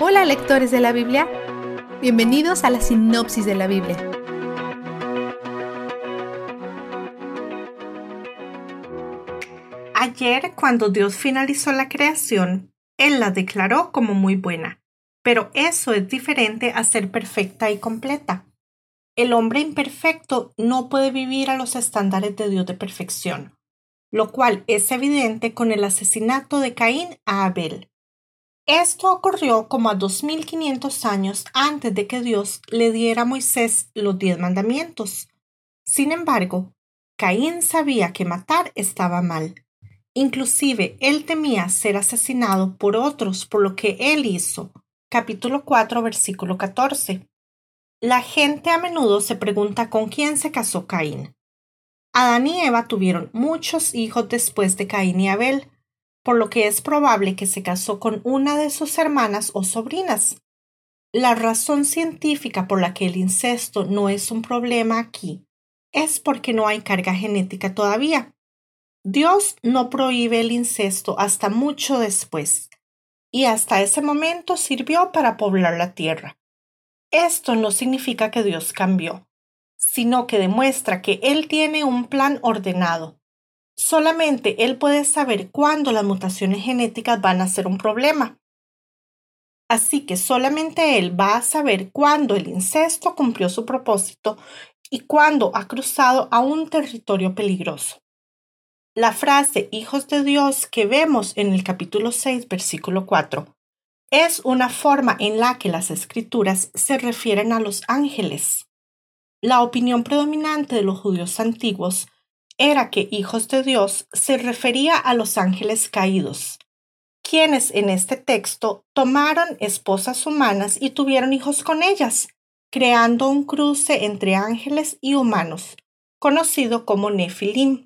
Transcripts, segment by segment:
Hola lectores de la Biblia, bienvenidos a la sinopsis de la Biblia. Ayer, cuando Dios finalizó la creación, Él la declaró como muy buena, pero eso es diferente a ser perfecta y completa. El hombre imperfecto no puede vivir a los estándares de Dios de perfección, lo cual es evidente con el asesinato de Caín a Abel. Esto ocurrió como a 2500 años antes de que Dios le diera a Moisés los 10 mandamientos. Sin embargo, Caín sabía que matar estaba mal. Inclusive, él temía ser asesinado por otros por lo que él hizo. Capítulo 4, versículo 14. La gente a menudo se pregunta con quién se casó Caín. Adán y Eva tuvieron muchos hijos después de Caín y Abel, por lo que es probable que se casó con una de sus hermanas o sobrinas. La razón científica por la que el incesto no es un problema aquí es porque no hay carga genética todavía. Dios no prohíbe el incesto hasta mucho después, y hasta ese momento sirvió para poblar la tierra. Esto no significa que Dios cambió, sino que demuestra que Él tiene un plan ordenado. Solamente Él puede saber cuándo las mutaciones genéticas van a ser un problema. Así que solamente Él va a saber cuándo el incesto cumplió su propósito y cuándo ha cruzado a un territorio peligroso. La frase hijos de Dios que vemos en el capítulo 6, versículo 4, es una forma en la que las escrituras se refieren a los ángeles. La opinión predominante de los judíos antiguos era que hijos de Dios se refería a los ángeles caídos, quienes en este texto tomaron esposas humanas y tuvieron hijos con ellas, creando un cruce entre ángeles y humanos, conocido como Nefilim.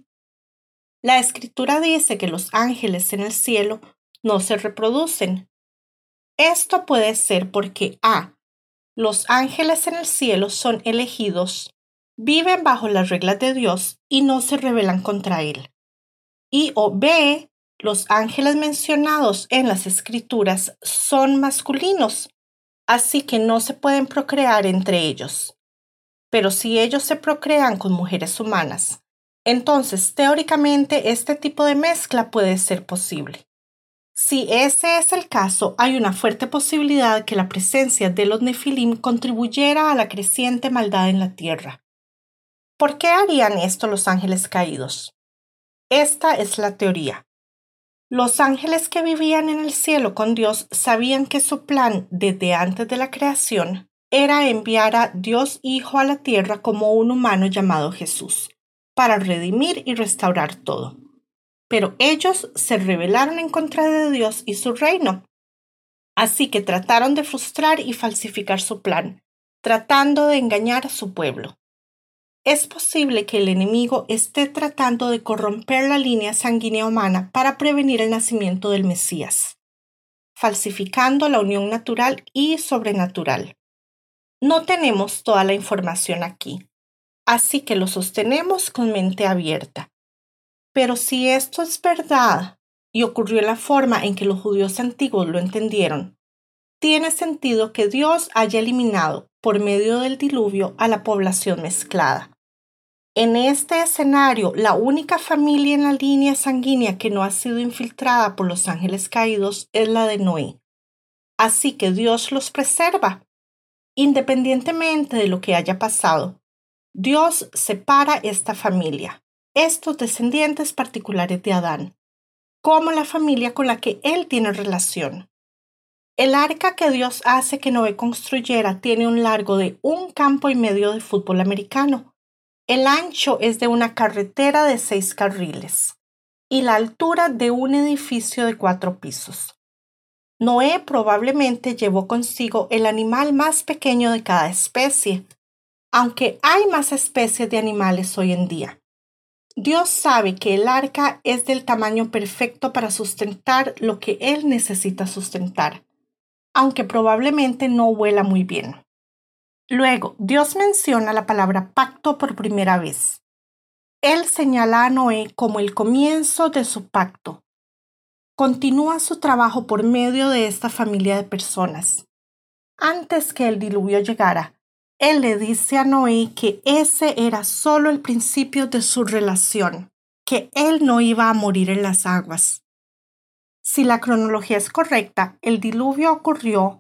La escritura dice que los ángeles en el cielo no se reproducen. Esto puede ser porque A. Los ángeles en el cielo son elegidos, viven bajo las reglas de Dios y no se rebelan contra Él. Y o B. Los ángeles mencionados en las escrituras son masculinos, así que no se pueden procrear entre ellos. Pero si ellos se procrean con mujeres humanas, entonces teóricamente este tipo de mezcla puede ser posible. Si ese es el caso, hay una fuerte posibilidad que la presencia de los Nefilim contribuyera a la creciente maldad en la tierra. ¿Por qué harían esto los ángeles caídos? Esta es la teoría. Los ángeles que vivían en el cielo con Dios sabían que su plan desde antes de la creación era enviar a Dios Hijo a la tierra como un humano llamado Jesús, para redimir y restaurar todo. Pero ellos se rebelaron en contra de Dios y su reino. Así que trataron de frustrar y falsificar su plan, tratando de engañar a su pueblo. Es posible que el enemigo esté tratando de corromper la línea sanguínea humana para prevenir el nacimiento del Mesías, falsificando la unión natural y sobrenatural. No tenemos toda la información aquí, así que lo sostenemos con mente abierta. Pero si esto es verdad y ocurrió en la forma en que los judíos antiguos lo entendieron, tiene sentido que Dios haya eliminado, por medio del diluvio, a la población mezclada. En este escenario, la única familia en la línea sanguínea que no ha sido infiltrada por los ángeles caídos es la de Noé. Así que Dios los preserva. Independientemente de lo que haya pasado, Dios separa esta familia, estos descendientes particulares de Adán, como la familia con la que él tiene relación. El arca que Dios hace que Noé construyera tiene un largo de 1,5 campo de fútbol americano. El ancho es de una carretera de 6 carriles y la altura de un edificio de 4 pisos. Noé probablemente llevó consigo el animal más pequeño de cada especie, aunque hay más especies de animales hoy en día. Dios sabe que el arca es del tamaño perfecto para sustentar lo que Él necesita sustentar, aunque probablemente no vuela muy bien. Luego, Dios menciona la palabra pacto por primera vez. Él señala a Noé como el comienzo de su pacto. continúa su trabajo por medio de esta familia de personas. Antes que el diluvio llegara, Él le dice a Noé que ese era solo el principio de su relación, que él no iba a morir en las aguas. Si la cronología es correcta, el diluvio ocurrió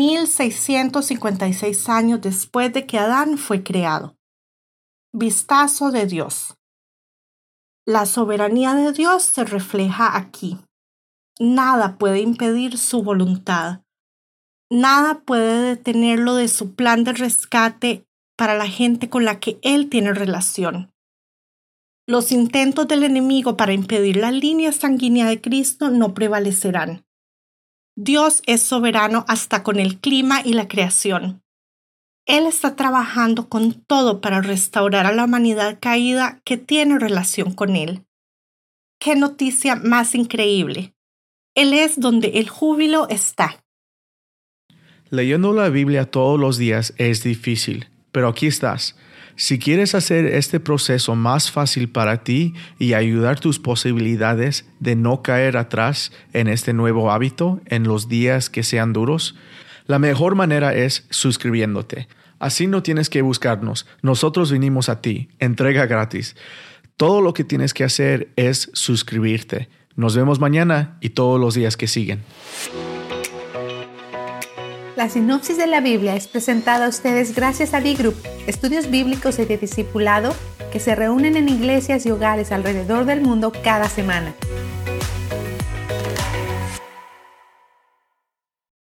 1656 años después de que Adán fue creado. Vistazo de Dios. La soberanía de Dios se refleja aquí. Nada puede impedir su voluntad. Nada puede detenerlo de su plan de rescate para la gente con la que Él tiene relación. Los intentos del enemigo para impedir la línea sanguínea de Cristo no prevalecerán. Dios es soberano hasta con el clima y la creación. Él está trabajando con todo para restaurar a la humanidad caída que tiene relación con Él. ¡Qué noticia más increíble! Él es donde el júbilo está. Leyendo la Biblia todos los días es difícil, pero aquí estás. Si quieres hacer este proceso más fácil para ti y ayudar tus posibilidades de no caer atrás en este nuevo hábito en los días que sean duros, la mejor manera es suscribiéndote. Así no tienes que buscarnos. Nosotros vinimos a ti, entrega gratis. Todo lo que tienes que hacer es suscribirte. Nos vemos mañana y todos los días que siguen. La sinopsis de la Biblia es presentada a ustedes gracias a B-Group, estudios bíblicos y de discipulado que se reúnen en iglesias y hogares alrededor del mundo cada semana.